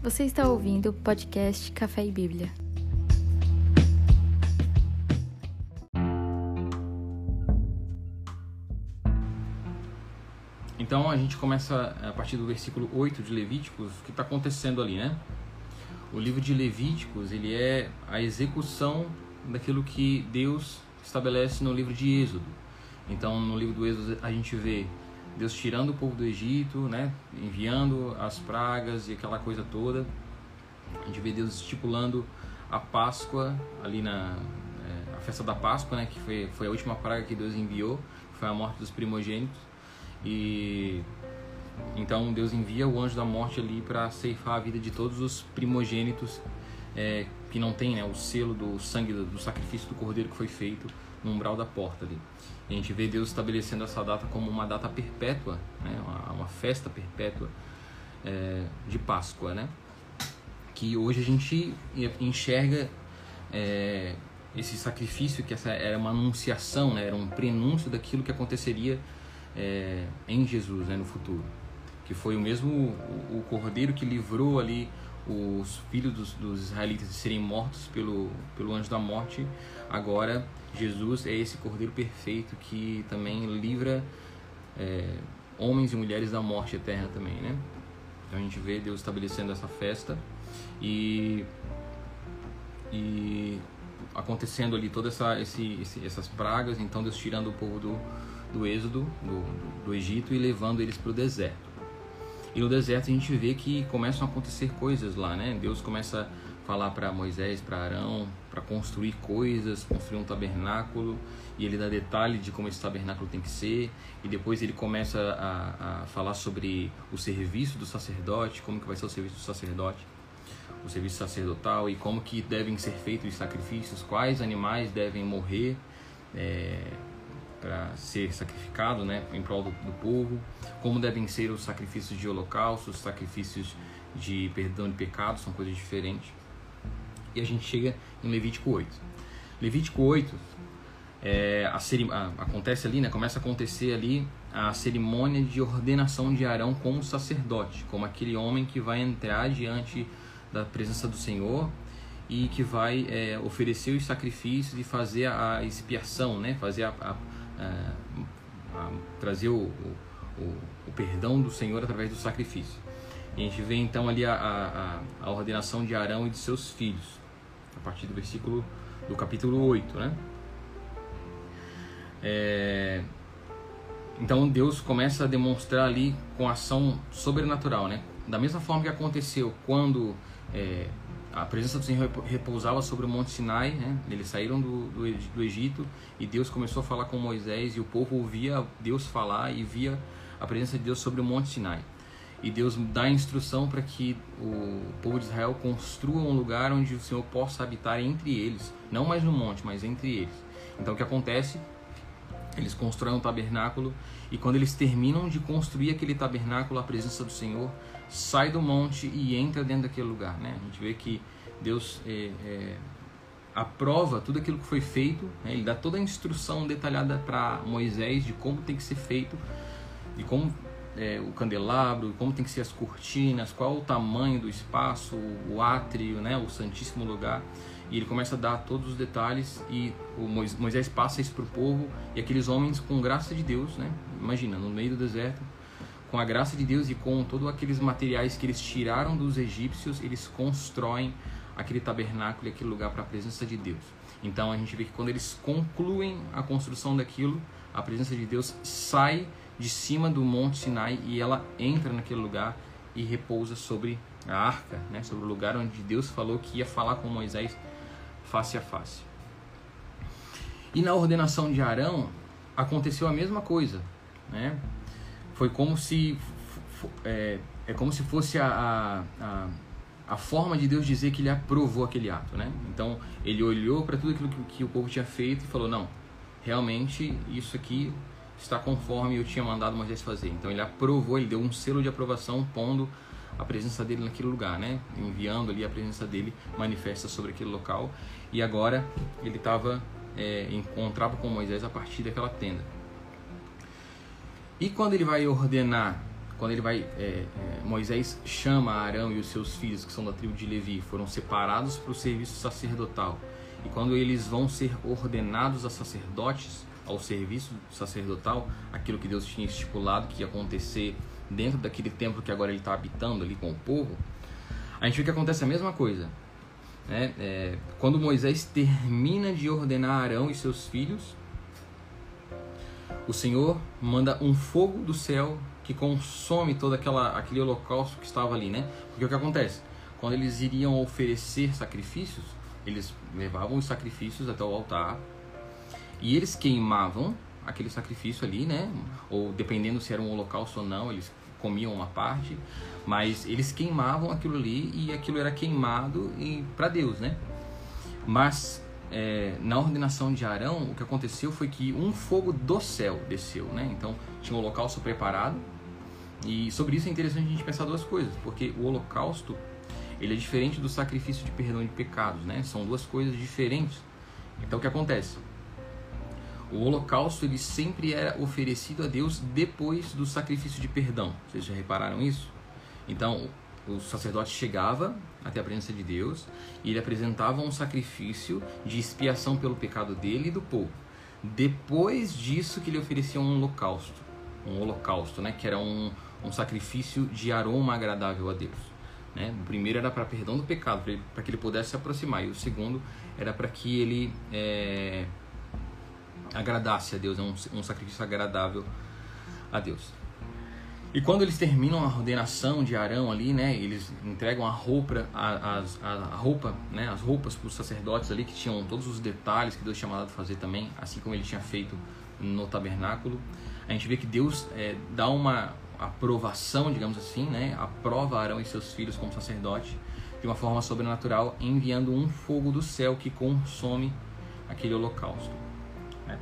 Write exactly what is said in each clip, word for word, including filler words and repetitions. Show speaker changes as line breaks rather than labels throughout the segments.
Você está ouvindo o podcast Café e Bíblia.
Então a gente começa a partir do versículo oito de Levíticos, o que está acontecendo ali, né? O livro de Levíticos, ele é a execução daquilo que Deus estabelece no livro de Êxodo. Então no livro do Êxodo a gente vê Deus tirando o povo do Egito, né? Enviando as pragas e aquela coisa toda. A gente vê Deus estipulando a Páscoa ali na é, a festa da Páscoa, né? Que foi, foi a última praga que Deus enviou, foi a morte dos primogênitos. E então Deus envia o anjo da morte ali para ceifar a vida de todos os primogênitos é, que não tem, né, o selo do sangue do, do sacrifício do cordeiro que foi feito no umbral da porta ali. E a gente vê Deus estabelecendo essa data como uma data perpétua, né, uma, uma festa perpétua é, de Páscoa, né, que hoje a gente enxerga é, esse sacrifício, que essa era uma anunciação, né, era um prenúncio daquilo que aconteceria É, em Jesus, né, no futuro, que foi o mesmo o, o cordeiro que livrou ali os filhos dos, dos israelitas de serem mortos pelo, pelo anjo da morte. Agora Jesus é esse cordeiro perfeito que também livra é, homens e mulheres da morte eterna também, né? Então a gente vê Deus estabelecendo essa festa e, e acontecendo ali todas essa, esse, esse, essas pragas. Então Deus tirando o povo do do êxodo, do, do, do Egito, e levando eles para o deserto. E no deserto a gente vê que começam a acontecer coisas lá, né? Deus começa a falar para Moisés, para Arão, para construir coisas, construir um tabernáculo, e ele dá detalhe de como esse tabernáculo tem que ser, e depois ele começa a, a falar sobre o serviço do sacerdote, como que vai ser o serviço do sacerdote, o serviço sacerdotal, e como que devem ser feitos os sacrifícios, quais animais devem morrer, é, para ser sacrificado, né, em prol do, do povo, como devem ser os sacrifícios de holocausto, os sacrifícios de perdão de pecados, são coisas diferentes. E a gente chega em Levítico oito. Levítico oito, é, a cerim- a, acontece ali, né, começa a acontecer ali a cerimônia de ordenação de Arão como sacerdote, como aquele homem que vai entrar diante da presença do Senhor e que vai é, oferecer os sacrifícios e fazer a expiação, né, fazer a, a A, a trazer o, o, o perdão do Senhor através do sacrifício. E a gente vê então ali a, a, a ordenação de Arão e de seus filhos, a partir do versículo do capítulo oito, né? É, então Deus começa a demonstrar ali com ação sobrenatural, né? Da mesma forma que aconteceu quando é, a presença do Senhor repousava sobre o Monte Sinai, né? Eles saíram do, do, do Egito e Deus começou a falar com Moisés, e o povo ouvia Deus falar e via a presença de Deus sobre o Monte Sinai. E Deus dá a instrução para que o povo de Israel construa um lugar onde o Senhor possa habitar entre eles, não mais no monte, mas entre eles. Então o que acontece? Eles constroem um tabernáculo, e quando eles terminam de construir aquele tabernáculo, a presença do Senhor sai do monte e entra dentro daquele lugar, né? A gente vê que Deus é, é, aprova tudo aquilo que foi feito, né? Ele dá toda a instrução detalhada para Moisés de como tem que ser feito, de como é, o candelabro, como tem que ser as cortinas, qual o tamanho do espaço, o átrio, né? O santíssimo lugar. E ele começa a dar todos os detalhes, e o Moisés passa isso para o povo, e aqueles homens, com graça de Deus, né? Imagina, no meio do deserto, com a graça de Deus e com todos aqueles materiais que eles tiraram dos egípcios, eles constroem aquele tabernáculo e aquele lugar para a presença de Deus. Então a gente vê que quando eles concluem a construção daquilo, a presença de Deus sai de cima do Monte Sinai e ela entra naquele lugar e repousa sobre a arca, né? Sobre o lugar onde Deus falou que ia falar com Moisés face a face. E na ordenação de Arão aconteceu a mesma coisa, né? Foi como se é, é como se fosse a, a, a forma de Deus dizer que ele aprovou aquele ato, né? Então ele olhou para tudo aquilo que, que o povo tinha feito e falou: não, realmente isso aqui está conforme eu tinha mandado Moisés fazer. Então ele aprovou, ele deu um selo de aprovação, pondo a presença dele naquele lugar, né? Enviando ali a presença dele manifesta sobre aquele local. E agora ele estava é, encontrava com Moisés a partir daquela tenda. E quando ele vai ordenar quando ele vai, é, é, Moisés chama Arão e os seus filhos, que são da tribo de Levi, foram separados para o serviço sacerdotal. E quando eles vão ser ordenados a sacerdotes, ao serviço sacerdotal, aquilo que Deus tinha estipulado que ia acontecer dentro daquele templo que agora ele está habitando ali com o povo, a gente vê que acontece a mesma coisa. Né? É, quando Moisés termina de ordenar Arão e seus filhos, o Senhor manda um fogo do céu que consome todo aquela, aquele holocausto que estava ali, né? Porque o que acontece? Quando eles iriam oferecer sacrifícios, eles levavam os sacrifícios até o altar e eles queimavam aquele sacrifício ali, né? Ou dependendo se era um holocausto ou não, eles comiam uma parte, mas eles queimavam aquilo ali e aquilo era queimado para Deus, né? Mas é, na ordenação de Arão, o que aconteceu foi que um fogo do céu desceu, né? Então tinha um holocausto preparado. E sobre isso é interessante a gente pensar duas coisas, porque o holocausto, ele é diferente do sacrifício de perdão de pecados, né? São duas coisas diferentes. Então o que acontece? O holocausto, ele sempre era oferecido a Deus depois do sacrifício de perdão. Vocês já repararam isso? Então o sacerdote chegava até a presença de Deus e ele apresentava um sacrifício de expiação pelo pecado dele e do povo. Depois disso que ele oferecia um holocausto, um holocausto, né? Que era um um sacrifício de aroma agradável a Deus, né? O primeiro era para perdão do pecado, para que ele pudesse se aproximar, e o segundo era para que ele é, agradasse a Deus, um, um sacrifício agradável a Deus. E quando eles terminam a ordenação de Arão ali, né, eles entregam a roupa, a, a, a roupa, né, as roupas para os sacerdotes ali, que tinham todos os detalhes que Deus tinha mandado fazer também, assim como ele tinha feito no tabernáculo. A gente vê que Deus é, dá uma aprovação, digamos assim, né, aprova Arão e seus filhos como sacerdote de uma forma sobrenatural, enviando um fogo do céu que consome aquele holocausto, né?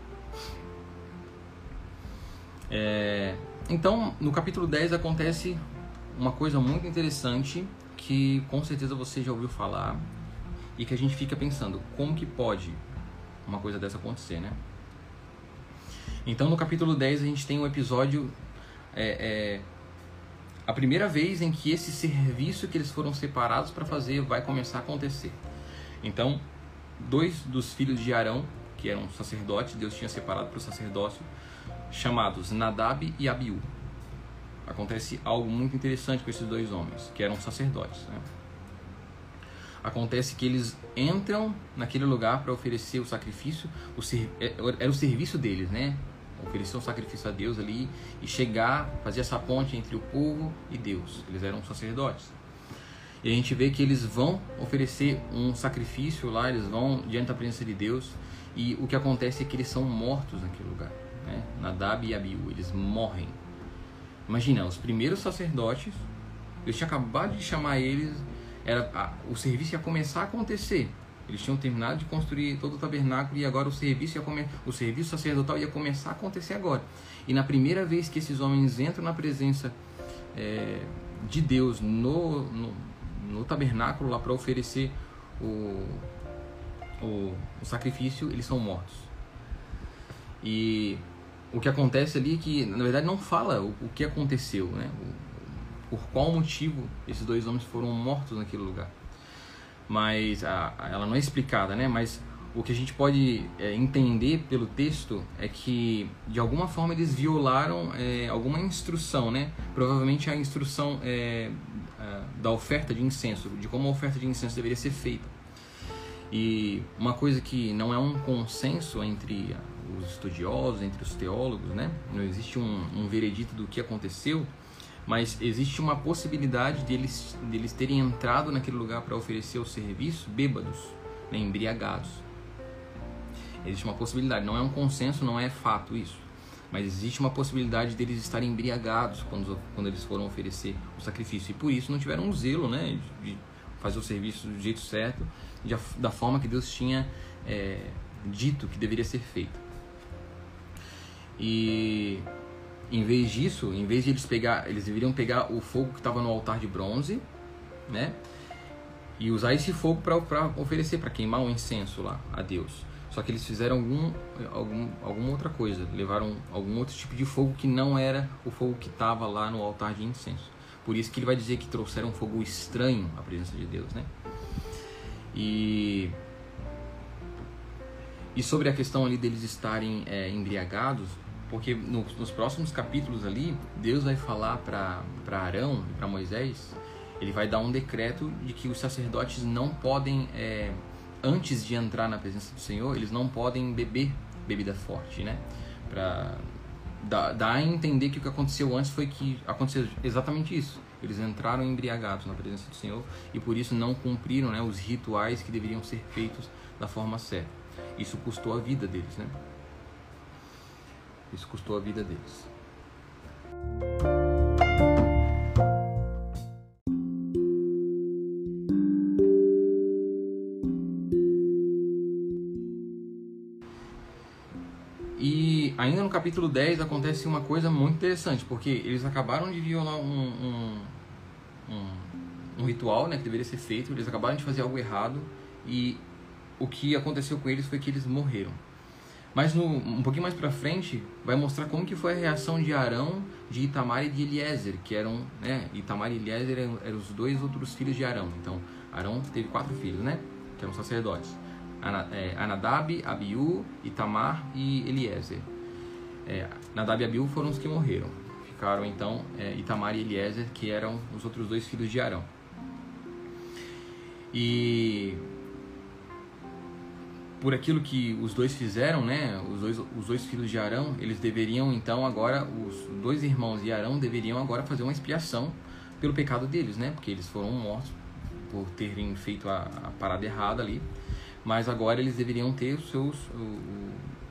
É, então, no capítulo dez acontece uma coisa muito interessante que com certeza você já ouviu falar e que a gente fica pensando, como que pode uma coisa dessa acontecer, né? Então, no capítulo dez a gente tem um episódio, é, é, a primeira vez em que esse serviço que eles foram separados para fazer vai começar a acontecer. Então, dois dos filhos de Arão, que eram sacerdotes, Deus tinha separado para o sacerdócio, chamados Nadab e Abiú. Acontece algo muito interessante com esses dois homens, que eram sacerdotes, né? Acontece que eles entram naquele lugar para oferecer o sacrifício, o ser, era o serviço deles, né? Oferecer um sacrifício a Deus ali e chegar, fazer essa ponte entre o povo e Deus. Eles eram sacerdotes. E a gente vê que eles vão oferecer um sacrifício lá, eles vão diante da presença de Deus, e o que acontece é que eles são mortos naquele lugar, né? Nadab e Abiú, eles morrem. Imagina, os primeiros sacerdotes, Deus tinha acabado de chamar eles, era, a, o serviço ia começar a acontecer. Eles tinham terminado de construir todo o tabernáculo e agora o serviço, ia come, o serviço sacerdotal ia começar a acontecer agora. E na primeira vez que esses homens entram na presença é, de Deus no, no, no tabernáculo lá para oferecer o, o, o sacrifício, eles são mortos. E o que acontece ali é que, na verdade, não fala o, o que aconteceu, né? O, por qual motivo esses dois homens foram mortos naquele lugar. Mas a, a, ela não é explicada, né? Mas o que a gente pode é, entender pelo texto é que de alguma forma eles violaram é, alguma instrução, né? Provavelmente a instrução é, a, da oferta de incenso, de como a oferta de incenso deveria ser feita. E uma coisa que não é um consenso entre os estudiosos, entre os teólogos, né? Não existe um, um veredito do que aconteceu, mas existe uma possibilidade deles, deles terem entrado naquele lugar para oferecer o serviço bêbados, né, embriagados. Existe uma possibilidade, não é um consenso, não é fato isso, mas existe uma possibilidade deles estarem embriagados quando, quando eles foram oferecer o sacrifício, e por isso não tiveram um zelo, né, de fazer o serviço do jeito certo, de, da forma que Deus tinha é, dito que deveria ser feito. E em vez disso, em vez de eles pegar, eles deveriam pegar o fogo que estava no altar de bronze, né? E usar esse fogo para oferecer, para queimar um incenso lá a Deus. Só que eles fizeram algum, algum, alguma outra coisa, levaram algum outro tipo de fogo que não era o fogo que estava lá no altar de incenso. Por isso que ele vai dizer que trouxeram um fogo estranho à presença de Deus, né? E, e sobre a questão ali deles estarem é, embriagados, porque no, nos próximos capítulos ali, Deus vai falar para Arão e para Moisés, ele vai dar um decreto de que os sacerdotes não podem... É, antes de entrar na presença do Senhor, eles não podem beber bebida forte, né? Pra dar, dar a entender que o que aconteceu antes foi que aconteceu exatamente isso. Eles entraram embriagados na presença do Senhor e por isso não cumpriram, né, os rituais que deveriam ser feitos da forma certa. Isso custou a vida deles, né? Isso custou a vida deles. E ainda no capítulo dez acontece uma coisa muito interessante, porque eles acabaram de violar um, um, um, um ritual, né, que deveria ser feito, eles acabaram de fazer algo errado e o que aconteceu com eles foi que eles morreram. Mas no, um pouquinho mais pra frente vai mostrar como que foi a reação de Arão, de Itamar e de Eliezer, que eram, né, Itamar e Eliezer eram, eram os dois outros filhos de Arão. Então Arão teve quatro filhos, né, que eram sacerdotes. Anadab, Abiú, Itamar e Eliezer. É, Nadab e Abiú foram os que morreram. Ficaram então é, Itamar e Eliezer, que eram os outros dois filhos de Arão. E por aquilo que os dois fizeram, né, os dois, os dois filhos de Arão, eles deveriam então agora, os dois irmãos de Arão deveriam agora fazer uma expiação pelo pecado deles, né, porque eles foram mortos por terem feito a, a parada errada ali. Mas agora eles deveriam ter os seus, o, o,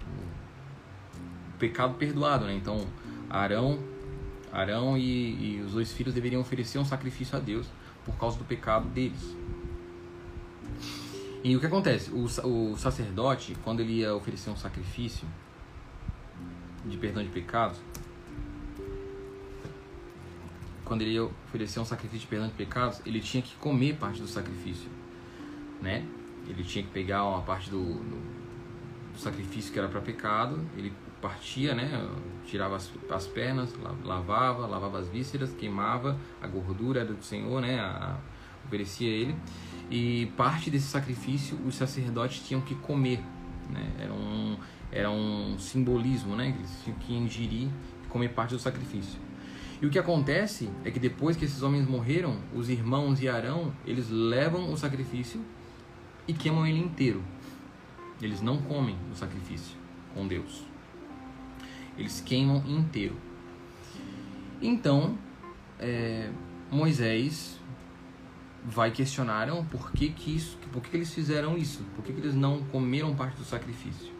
o pecado perdoado, né? Então Arão, Arão e, e os dois filhos deveriam oferecer um sacrifício a Deus por causa do pecado deles. E o que acontece? O, o sacerdote, quando ele ia oferecer um sacrifício de perdão de pecados, quando ele ia oferecer um sacrifício de perdão de pecados, ele tinha que comer parte do sacrifício, né? Ele tinha que pegar uma parte do, do, do sacrifício que era para pecado, ele partia, né, tirava as, as pernas, lavava, lavava as vísceras, queimava a gordura do Senhor, né, a, a, oferecia ele, e parte desse sacrifício os sacerdotes tinham que comer, né, era um, era um simbolismo, né, que eles tinham que ingerir e comer parte do sacrifício. E o que acontece é que depois que esses homens morreram, os irmãos de Arão, eles levam o sacrifício e queimam ele inteiro. Eles não comem o sacrifício com Deus. Eles queimam inteiro. Então, é, Moisés vai questionar por que, que, isso, por que, que eles fizeram isso, por que, que eles não comeram parte do sacrifício.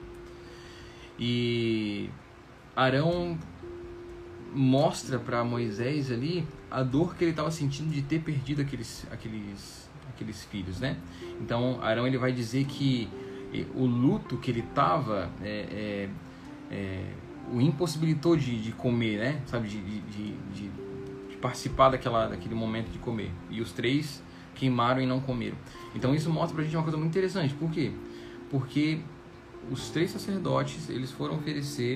E Arão mostra para Moisés ali a dor que ele estava sentindo de ter perdido aqueles, aqueles, aqueles filhos, né? Então Arão ele vai dizer que o luto que ele estava é, é, é, o impossibilitou de, de comer, né? Sabe, de, de, de, de participar daquela, daquele momento de comer. E os três queimaram e não comeram. Então isso mostra pra gente uma coisa muito interessante. Por quê? Porque os três sacerdotes eles foram oferecer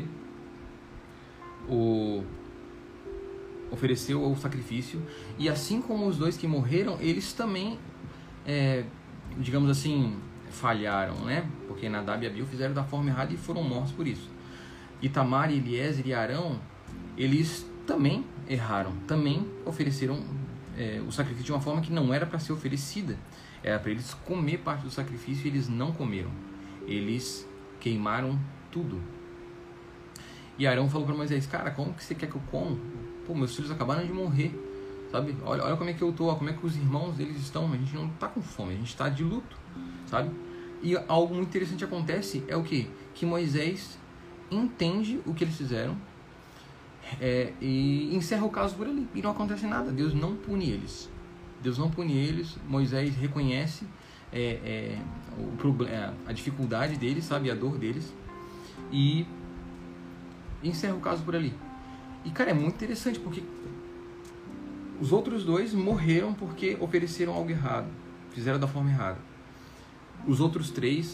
o ofereceu o sacrifício, e assim como os dois que morreram, eles também é, digamos assim, falharam, né? Porque Nadab e Abiú fizeram da forma errada e foram mortos por isso. Itamar, Eliezer e Arão, eles também erraram, também ofereceram é, o sacrifício de uma forma que não era para ser oferecida, era para eles comer parte do sacrifício e eles não comeram, eles queimaram tudo. E Arão falou para Moisés: cara, como que você quer que eu como? Pô, meus filhos acabaram de morrer, sabe? Olha, olha como é que eu tô, como é que os irmãos deles estão. A gente não tá com fome, a gente tá de luto, sabe? E algo muito interessante acontece, é o quê? Que Moisés entende o que eles fizeram é, e encerra o caso por ali. E não acontece nada, Deus não pune eles. Deus não pune eles, Moisés reconhece é, é, o problema, a dificuldade deles, sabe? A dor deles. E encerra o caso por ali. E, cara, é muito interessante, porque os outros dois morreram porque ofereceram algo errado, fizeram da forma errada. Os outros três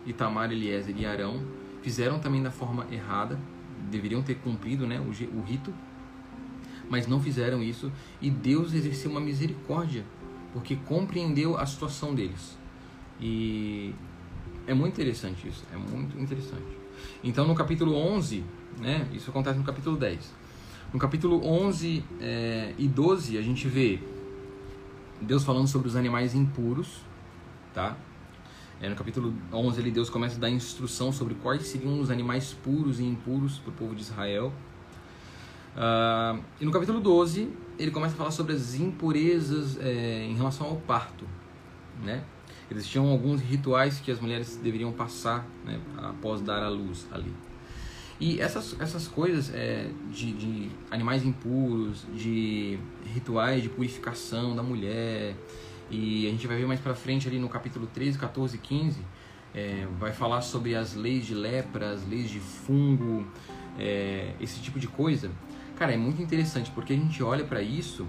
Itamar, Eliezer e Arão fizeram também da forma errada, deveriam ter cumprido, né, o, o rito, mas não fizeram isso, e Deus exerceu uma misericórdia, porque compreendeu a situação deles. E é muito interessante isso, é muito interessante. Então no capítulo onze, né, isso acontece no capítulo dez. No capítulo onze é, e doze a gente vê Deus falando sobre os animais impuros, tá? É, no capítulo onze ali, Deus começa a dar instrução sobre quais seriam os animais puros e impuros para o povo de Israel. Uh, e no capítulo doze, ele começa a falar sobre as impurezas é, em relação ao parto, né? Existiam alguns rituais que as mulheres deveriam passar, né, após dar à luz ali. E essas, essas coisas é, de, de animais impuros, de rituais de purificação da mulher, e a gente vai ver mais pra frente ali no capítulo treze, quatorze e quinze, é, vai falar sobre as leis de lepra, as leis de fungo, é, esse tipo de coisa. Cara, é muito interessante, porque a gente olha pra isso,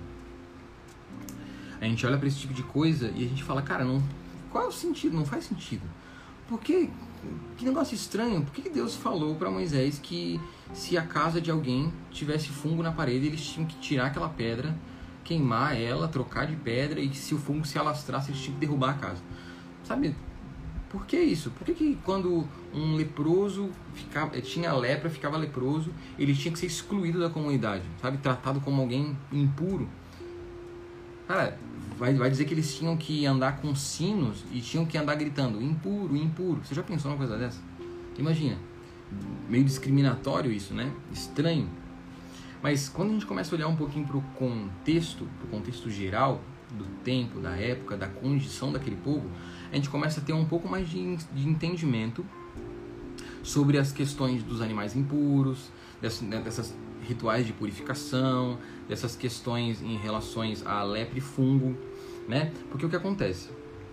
a gente olha pra esse tipo de coisa e a gente fala, cara, não, qual é o sentido? Não faz sentido. Por que? Que negócio estranho. Por que Deus falou pra Moisés que se a casa de alguém tivesse fungo na parede, eles tinham que tirar aquela pedra, queimar ela, trocar de pedra, e se o fungo se alastrasse, eles tinham que derrubar a casa? Sabe? Por que isso? Por que, que quando um leproso ficava, tinha lepra, ficava leproso, ele tinha que ser excluído da comunidade, sabe? Tratado como alguém impuro? Cara, vai, vai dizer que eles tinham que andar com sinos e tinham que andar gritando, impuro, impuro. Você já pensou numa coisa dessa? Imagina, meio discriminatório isso, né? Estranho. Mas quando a gente começa a olhar um pouquinho para o contexto, para o contexto geral do tempo, da época, da condição daquele povo, a gente começa a ter um pouco mais de, de entendimento sobre as questões dos animais impuros, dessas, né, dessas rituais de purificação, dessas questões em relações a lepra e fungo, né? Porque o que acontece?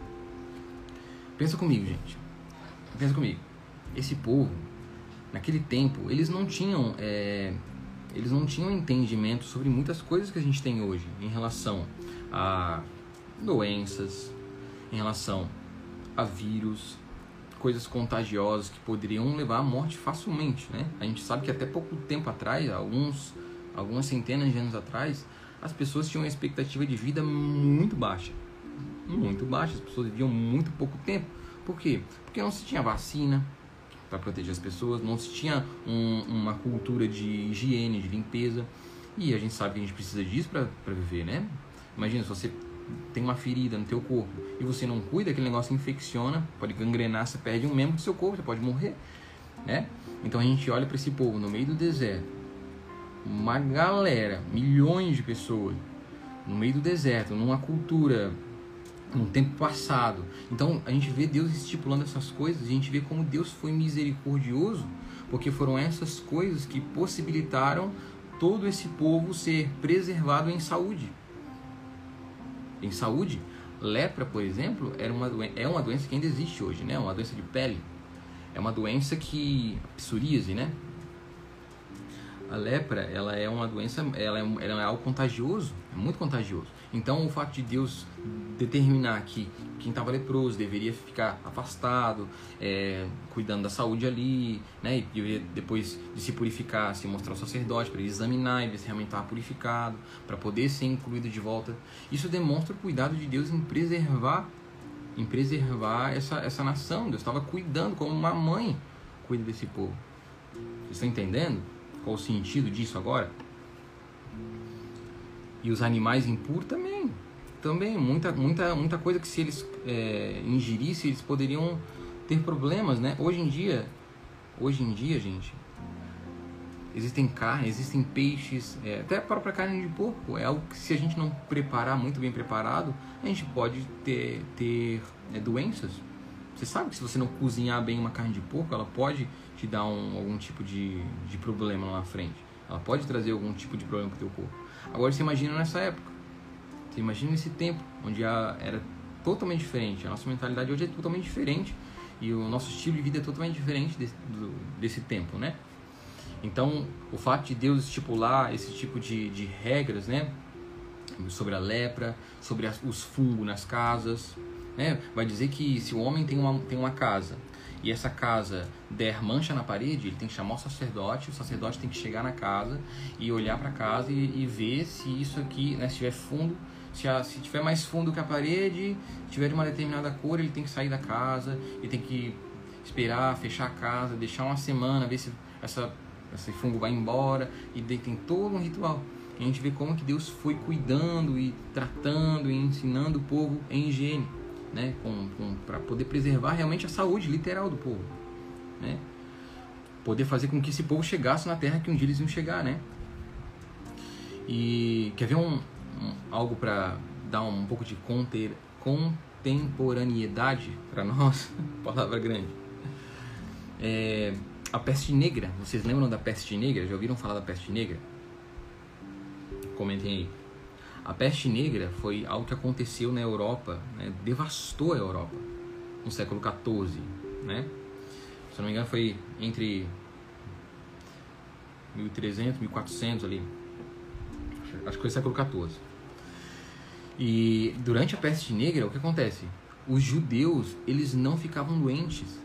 Pensa comigo, gente. Pensa comigo. Esse povo, naquele tempo, eles não tinham, é, eles não tinham entendimento sobre muitas coisas que a gente tem hoje em relação a doenças, em relação a vírus, coisas contagiosas que poderiam levar à morte facilmente, né? A gente sabe que até pouco tempo atrás, alguns, algumas centenas de anos atrás, as pessoas tinham uma expectativa de vida muito baixa. Muito baixa, as pessoas viviam muito pouco tempo. Por quê? Porque não se tinha vacina para proteger as pessoas, não se tinha um, uma cultura de higiene, de limpeza, e a gente sabe que a gente precisa disso para viver, né? Imagina, se você tem uma ferida no teu corpo e você não cuida, aquele negócio infecciona, pode gangrenar, você perde um membro do seu corpo, você pode morrer, né? Então a gente olha para esse povo no meio do deserto, uma galera, milhões de pessoas no meio do deserto, numa cultura, num tempo passado. Então a gente vê Deus estipulando essas coisas, a gente vê como Deus foi misericordioso, porque foram essas coisas que possibilitaram todo esse povo ser preservado em saúde. Em saúde, lepra, por exemplo, era uma doen- é uma doença que ainda existe hoje, né? Uma doença de pele. É uma doença que... psoríase, né? A lepra, ela é uma doença, ela é, ela é algo contagioso, é muito contagioso. Então, o fato de Deus determinar que quem estava leproso deveria ficar afastado, é, cuidando da saúde ali, né? E deveria, depois de se purificar, se mostrar ao sacerdote para ele examinar e ver se realmente estava purificado, para poder ser incluído de volta. Isso demonstra o cuidado de Deus em preservar, em preservar essa, essa nação. Deus estava cuidando, como uma mãe cuida desse povo. Vocês estão entendendo qual o sentido disso agora? E os animais impuros também. Também, muita, muita, muita coisa que se eles é, ingerissem, eles poderiam ter problemas, né? Hoje em dia, hoje em dia, gente, existem carnes, existem peixes, é, até a própria carne de porco. É algo que, se a gente não preparar muito bem preparado, a gente pode ter, ter é, doenças. Você sabe que se você não cozinhar bem uma carne de porco, ela pode te dar um, algum tipo de, de problema lá na frente. Ela pode trazer algum tipo de problema para o teu corpo. Agora você imagina nessa época. Você imagina nesse tempo, onde a, era totalmente diferente. A nossa mentalidade hoje é totalmente diferente. E o nosso estilo de vida é totalmente diferente desse, do, desse tempo, né? Então, o fato de Deus estipular esse tipo de, de regras, né? Sobre a lepra, sobre as, os fungos nas casas, né? Vai dizer que se o homem tem uma, tem uma casa e essa casa der mancha na parede, ele tem que chamar o sacerdote, o sacerdote tem que chegar na casa e olhar para a casa e, e ver se isso aqui, né, se tiver fundo, se, a, se tiver mais fundo que a parede, se tiver de uma determinada cor, ele tem que sair da casa, ele tem que esperar, fechar a casa, deixar uma semana, ver se essa, esse fungo vai embora, e tem todo um ritual. A gente vê como que Deus foi cuidando e tratando e ensinando o povo em higiene, né? com, com, para poder preservar realmente a saúde literal do povo, né? Poder fazer com que esse povo chegasse na terra que um dia eles iam chegar, né? E quer ver um, um, algo para dar um, um pouco de conter, contemporaneidade para nós? Palavra grande. É, a peste negra. Vocês lembram da peste negra? Já ouviram falar da peste negra? Comentem aí. A peste negra foi algo que aconteceu na Europa, né? Devastou a Europa no século quatorze, né? Se não me engano foi entre mil e trezentos, mil e quatrocentos ali, acho que foi século quatorze. E durante a peste negra, o que acontece? Os judeus, eles não ficavam doentes.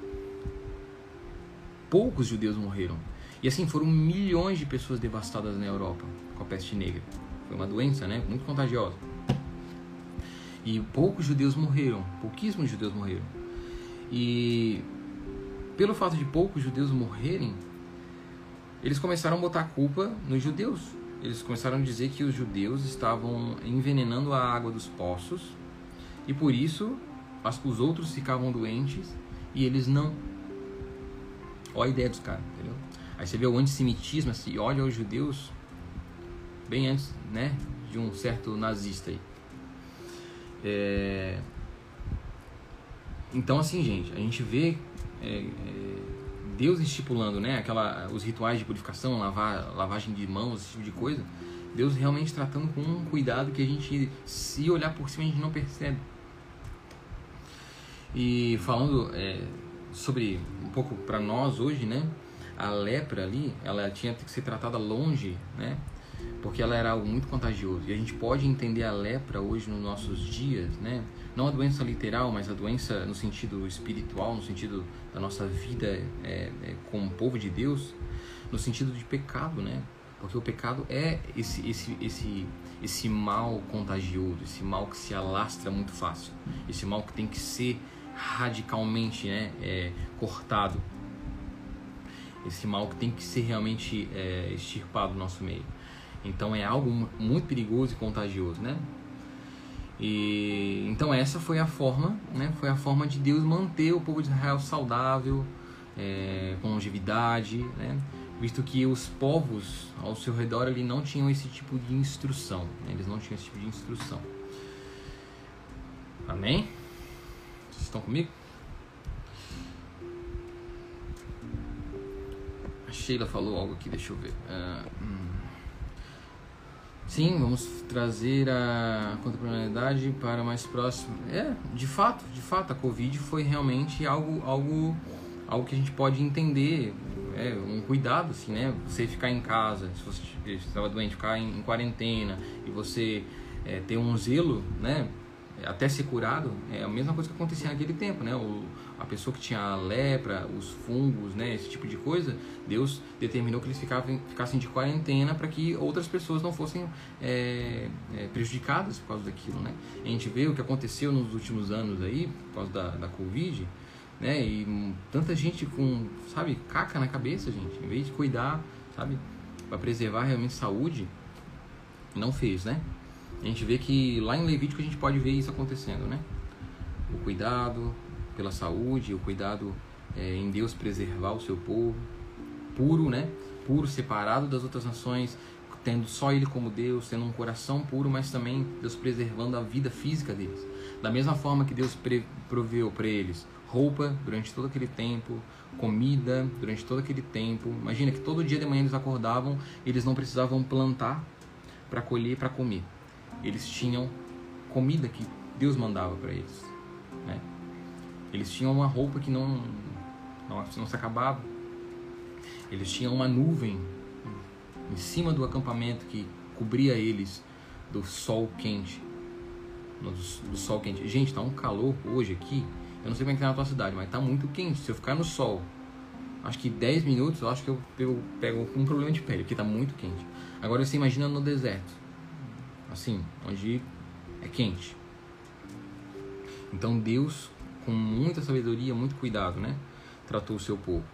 Poucos judeus morreram. E assim, foram milhões de pessoas devastadas na Europa com a peste negra. Foi uma doença, né? Muito contagiosa. E poucos judeus morreram. Pouquíssimos judeus morreram. E pelo fato de poucos judeus morrerem, eles começaram a botar a culpa nos judeus. Eles começaram a dizer que os judeus estavam envenenando a água dos poços. E por isso, os outros ficavam doentes e eles não. Olha a ideia dos caras, entendeu? Aí você vê o antissemitismo, esse ódio aos judeus, bem antes, né, de um certo nazista aí. É... Então, assim, gente, a gente vê é, é, Deus estipulando, né, aquela, os rituais de purificação, lavar, lavagem de mãos, esse tipo de coisa. Deus realmente tratando com um cuidado que a gente, se olhar por cima, a gente não percebe. E falando é, sobre um pouco para nós hoje, né, a lepra ali, ela tinha que ser tratada longe, né, porque ela era algo muito contagioso. E a gente pode entender a lepra hoje nos nossos dias, né, não a doença literal, mas a doença no sentido espiritual, no sentido da nossa vida é, é, como povo de Deus, no sentido de pecado, né, porque o pecado é esse, esse, esse, esse mal contagioso, esse mal que se alastra muito fácil, esse mal que tem que ser radicalmente, né, é, cortado, esse mal que tem que ser realmente é, extirpado do nosso meio. Então é algo muito perigoso e contagioso, né? E então essa foi a forma, né? Foi a forma de Deus manter o povo de Israel saudável, é, com longevidade, né? Visto que os povos ao seu redor ali não tinham esse tipo de instrução, né? Eles não tinham esse tipo de instrução. Amém? Vocês estão comigo? A Sheila falou algo aqui, deixa eu ver. Uh, hum. Sim, vamos trazer a contemporaneidade para mais próximo. É, de fato, de fato, a Covid foi realmente algo, algo, algo que a gente pode entender, é, um cuidado, assim, né? Você ficar em casa, se você estava doente, ficar em, em quarentena e você é, ter um zelo, né? Até ser curado, é a mesma coisa que acontecia naquele tempo, né? O, a pessoa que tinha a lepra, os fungos, né? Esse tipo de coisa, Deus determinou que eles ficavam, ficassem de quarentena para que outras pessoas não fossem é, é, prejudicadas por causa daquilo, né? A gente vê o que aconteceu nos últimos anos aí, por causa da, da Covid, né? E tanta gente com, sabe, caca na cabeça, gente, em vez de cuidar, sabe, para preservar realmente saúde, não fez, né? A gente vê que lá em Levítico a gente pode ver isso acontecendo, né? O cuidado pela saúde, o cuidado é, em Deus preservar o seu povo puro, né? Puro, separado das outras nações, tendo só Ele como Deus, tendo um coração puro, mas também Deus preservando a vida física deles. Da mesma forma que Deus proveu para eles roupa durante todo aquele tempo, comida durante todo aquele tempo. Imagina que todo dia de manhã eles acordavam, eles não precisavam plantar para colher, para comer. Eles tinham comida que Deus mandava para eles, né? Eles tinham uma roupa que não, não, não se acabava. Eles tinham uma nuvem em cima do acampamento que cobria eles do sol quente. Do, do sol quente. Gente, tá um calor hoje aqui Eu não sei como é que tá na tua cidade, mas tá muito quente. Se eu ficar no sol, acho que dez minutos, eu acho que eu pego, pego um problema de pele, porque tá muito quente. Agora você imagina no deserto, assim, onde é quente. Então Deus, com muita sabedoria, muito cuidado, né, tratou o seu povo.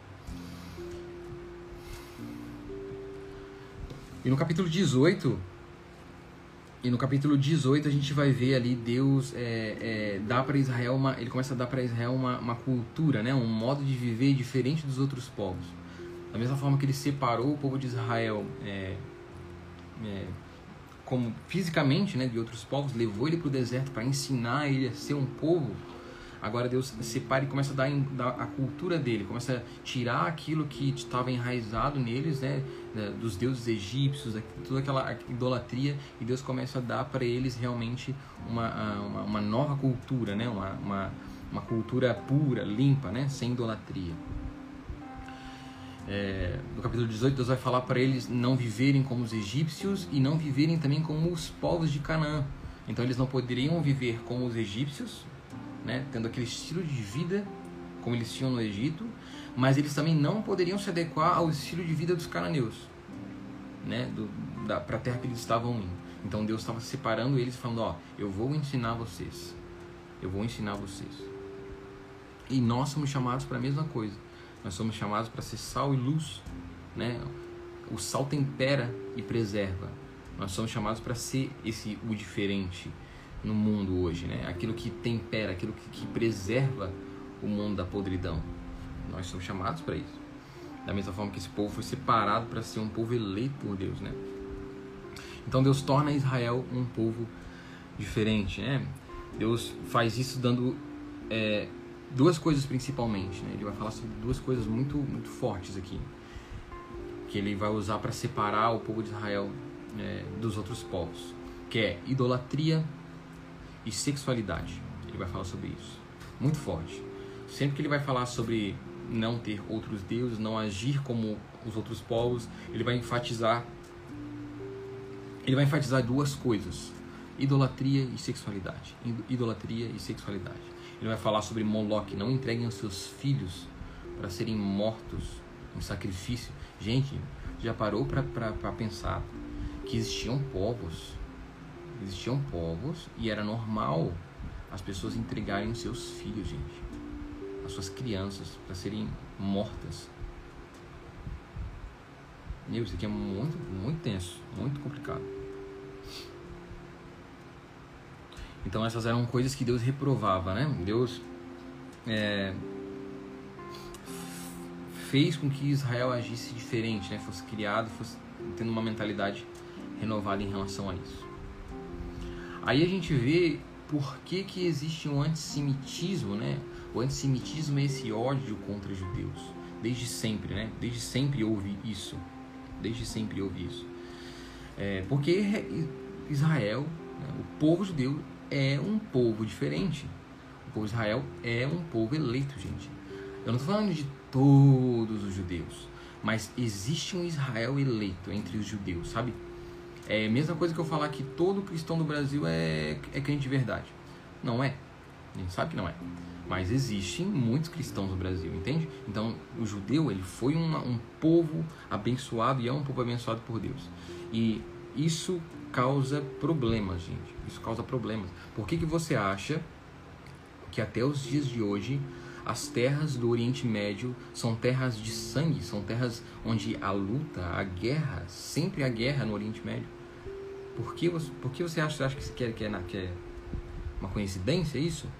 E no capítulo dezoito, e no capítulo dezoito a gente vai ver ali Deus é, é, dá para Israel uma, ele começa a dar para Israel uma, uma cultura, né, um modo de viver diferente dos outros povos. Da mesma forma que ele separou o povo de Israel é, é, como fisicamente, né, de outros povos, levou ele para o deserto para ensinar ele a ser um povo. Agora Deus separa e começa a dar, dar a cultura dele, começa a tirar aquilo que estava enraizado neles, né, dos deuses egípcios, toda aquela idolatria, e Deus começa a dar para eles realmente uma, uma, uma nova cultura, né, uma, uma, uma cultura pura, limpa, né, sem idolatria. É, no capítulo dezoito, Deus vai falar para eles não viverem como os egípcios e não viverem também como os povos de Canaã. Então eles não poderiam viver como os egípcios, né, tendo aquele estilo de vida como eles tinham no Egito, mas eles também não poderiam se adequar ao estilo de vida dos cananeus, né, para a terra que eles estavam indo. Então Deus estava separando eles, falando, ó, eu vou ensinar vocês, eu vou ensinar vocês. E nós somos chamados para a mesma coisa. Nós somos chamados para ser sal e luz, né? O sal tempera e preserva. Nós somos chamados para ser esse o diferente no mundo hoje, né? Aquilo que tempera, aquilo que, que preserva o mundo da podridão. Nós somos chamados para isso. Da mesma forma que esse povo foi separado para ser um povo eleito por Deus, né? Então Deus torna Israel um povo diferente, né? Deus faz isso dando é, duas coisas principalmente, né? Ele vai falar sobre duas coisas muito, muito fortes aqui, que ele vai usar para separar o povo de Israel é, dos outros povos, que é idolatria e sexualidade. Ele vai falar sobre isso, muito forte. Sempre que ele vai falar sobre não ter outros deuses, não agir como os outros povos, ele vai enfatizar ele vai enfatizar duas coisas: idolatria e sexualidade. Idolatria e sexualidade. Ele vai falar sobre Moloque: não entreguem os seus filhos para serem mortos em sacrifício. Gente, já parou para pensar que existiam povos existiam povos e era normal as pessoas entregarem os seus filhos, gente, as suas crianças, para serem mortas. Meu, isso aqui é muito, muito tenso, muito complicado. Então essas eram coisas que Deus reprovava, né? Deus é, fez com que Israel agisse diferente, né? Fosse criado, fosse tendo uma mentalidade renovada em relação a isso. Aí a gente vê por que que existe um antissemitismo, né? O antissemitismo é esse ódio contra judeus. Desde sempre, né? Desde sempre houve isso. Desde sempre houve isso. É, porque Israel, né? O povo judeu é um povo diferente. O povo de Israel é um povo eleito, gente. Eu não estou falando de todos os judeus, mas existe um Israel eleito entre os judeus, sabe? É a mesma coisa que eu falar que todo cristão do Brasil é, é crente de verdade. Não é. A gente sabe que não é. Mas existem muitos cristãos no Brasil, entende? Então, o judeu, ele foi uma, um povo abençoado e é um povo abençoado por Deus. E isso causa problemas, gente. Isso causa problemas. Por que que você acha que até os dias de hoje as terras do Oriente Médio são terras de sangue, são terras onde a luta, a guerra, sempre há guerra no Oriente Médio? Por que você, por que você acha, acha que, que, é, que, é, que é uma coincidência isso?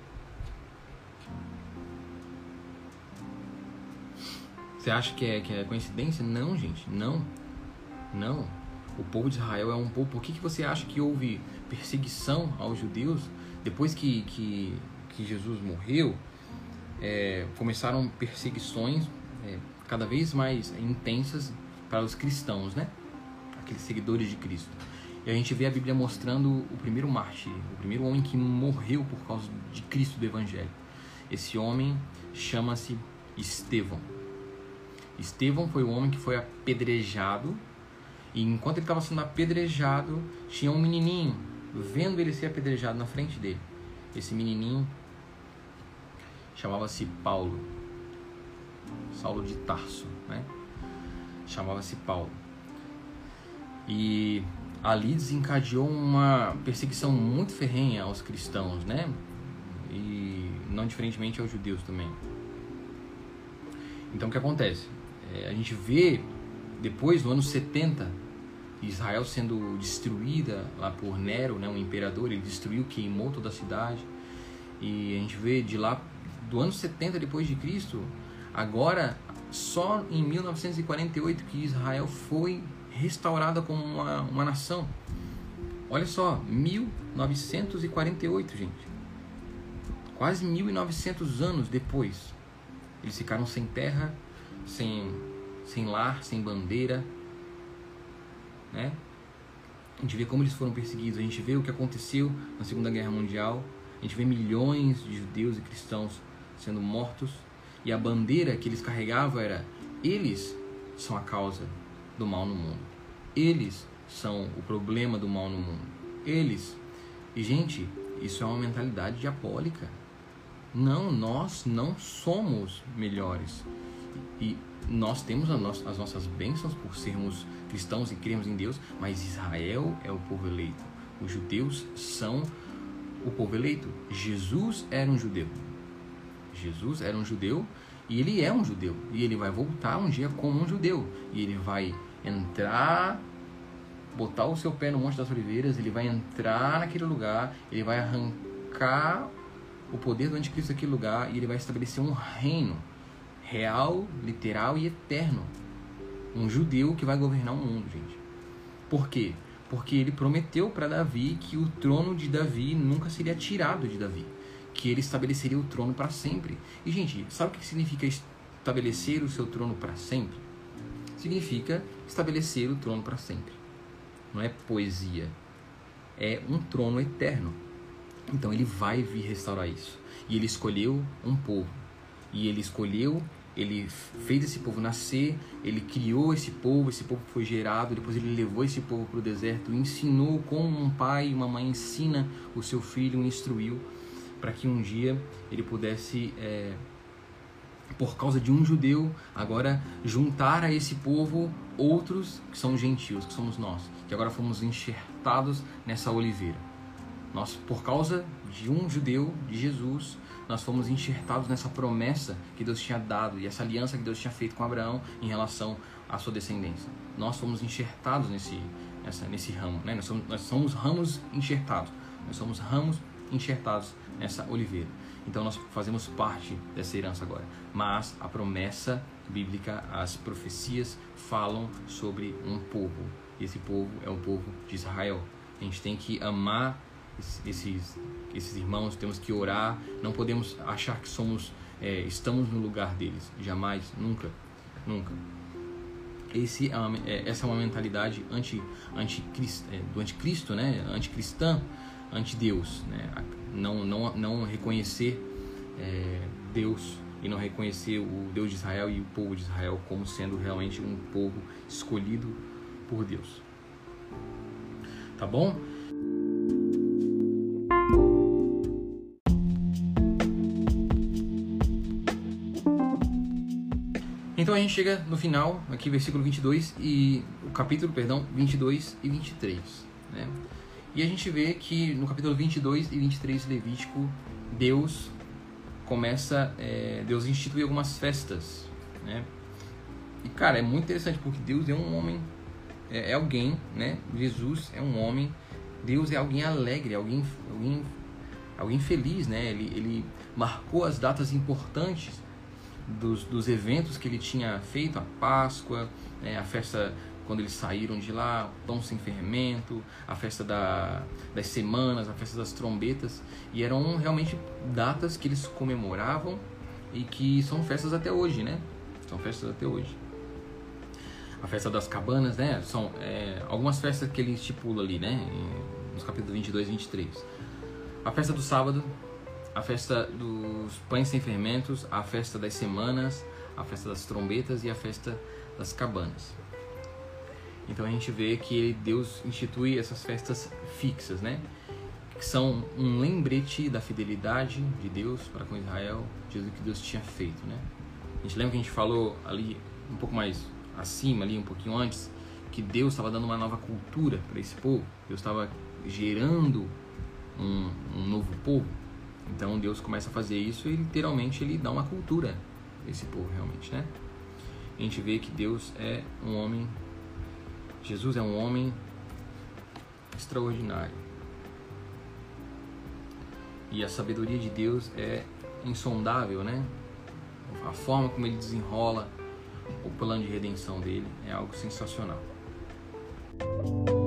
Você acha que é, que é coincidência? Não, gente, não. Não. O povo de Israel é um povo... Por que que você acha que houve perseguição aos judeus? Depois que, que, que Jesus morreu, é, começaram perseguições é, cada vez mais intensas para os cristãos, né? Aqueles seguidores de Cristo. E a gente vê a Bíblia mostrando o primeiro mártir, o primeiro homem que morreu por causa de Cristo, do Evangelho. Esse homem chama-se Estevão. Estevão foi o homem que foi apedrejado, e enquanto ele estava sendo apedrejado, tinha um menininho vendo ele ser apedrejado na frente dele. Esse menininho chamava-se Paulo, Saulo de Tarso, né? Chamava-se Paulo. E ali desencadeou uma perseguição muito ferrenha aos cristãos, né? E não diferentemente aos judeus também. Então o que acontece? É, a gente vê depois, no ano setenta, Israel sendo destruída lá por Nero, né, um imperador. Ele destruiu, queimou toda a cidade. E a gente vê de lá, do ano setenta depois de Cristo, agora só em mil novecentos e quarenta e oito que Israel foi restaurada como uma, uma nação. Olha só, mil novecentos e quarenta e oito, gente. Quase mil e novecentos anos depois. Eles ficaram sem terra, sem, sem lar, sem bandeira, né? A gente vê como eles foram perseguidos, a gente vê o que aconteceu na Segunda Guerra Mundial, a gente vê milhões de judeus e cristãos sendo mortos, e a bandeira que eles carregavam era: eles são a causa do mal no mundo, eles são o problema do mal no mundo, eles. E gente, isso é uma mentalidade diabólica. Não, nós não somos melhores. E nós temos as nossas bênçãos por sermos cristãos e cremos em Deus, mas Israel é o povo eleito. Os judeus são o povo eleito. Jesus era um judeu. Jesus era um judeu e ele é um judeu. E ele vai voltar um dia como um judeu. E ele vai entrar, botar o seu pé no Monte das Oliveiras, ele vai entrar naquele lugar, ele vai arrancar o poder do anticristo naquele lugar e ele vai estabelecer um reino real, literal e eterno. Um judeu que vai governar o mundo, gente. Por quê? Porque ele prometeu para Davi que o trono de Davi nunca seria tirado de Davi, que ele estabeleceria o trono para sempre. E, gente, sabe o que significa estabelecer o seu trono para sempre? Significa estabelecer o trono para sempre. Não é poesia, é um trono eterno. Então ele vai vir restaurar isso. E ele escolheu um povo. E ele escolheu, ele fez esse povo nascer, ele criou esse povo, esse povo foi gerado, depois ele levou esse povo para o deserto, ensinou como um pai e uma mãe ensina o seu filho, o instruiu, para que um dia ele pudesse, é, por causa de um judeu, agora juntar a esse povo outros que são gentios, que somos nós, que agora fomos enxertados nessa oliveira. Nós, por causa de um judeu, de Jesus, nós fomos enxertados nessa promessa que Deus tinha dado e essa aliança que Deus tinha feito com Abraão em relação à sua descendência. Nós fomos enxertados nesse, nessa, nesse ramo, né? Nós somos, nós somos ramos enxertados, nós somos ramos enxertados nessa oliveira. Então nós fazemos parte dessa herança agora. Mas a promessa bíblica, as profecias falam sobre um povo. E esse povo é o povo de Israel. A gente tem que amar esses, esses irmãos, temos que orar, não podemos achar que somos, é, estamos no lugar deles, jamais, nunca, nunca. Esse, é, essa é uma mentalidade anti, anti, é, do anticristo, né? Anticristã, anti-Deus, né? Não, não, não reconhecer é, Deus e não reconhecer o Deus de Israel e o povo de Israel como sendo realmente um povo escolhido por Deus. Tá bom? Então a gente chega no final, aqui versículo vinte e dois, e o capítulo, perdão, vinte e dois e vinte e três, né? E a gente vê que no capítulo vinte e dois e vinte e três de Levítico, Deus começa, é, Deus institui algumas festas, né? E cara, é muito interessante porque Deus é um homem, é, é alguém, né? Jesus é um homem, Deus é alguém alegre, alguém, alguém, alguém feliz, né? Ele, ele marcou as datas importantes Dos, dos eventos que ele tinha feito, a Páscoa, né, a festa quando eles saíram de lá, o pão sem fermento, a festa da, das semanas, a festa das trombetas, e eram realmente datas que eles comemoravam e que são festas até hoje, né? São festas até hoje. A festa das cabanas, né? São é, algumas festas que ele estipula ali, né? Nos capítulos vinte e dois e vinte e três. A festa do sábado, a festa dos pães sem fermentos, a festa das semanas, a festa das trombetas e a festa das cabanas. Então a gente vê que Deus institui essas festas fixas, né? que são um lembrete da fidelidade de Deus para com Israel, de tudo que Deus tinha feito, né? A gente lembra que a gente falou ali um pouco mais acima, ali um pouquinho antes, que Deus estava dando uma nova cultura para esse povo. Deus estava gerando um, um novo povo. Então Deus começa a fazer isso e literalmente ele dá uma cultura a esse povo realmente, né? A gente vê que Deus é um homem, Jesus é um homem extraordinário. E a sabedoria de Deus é insondável, né? A forma como ele desenrola o plano de redenção dele é algo sensacional.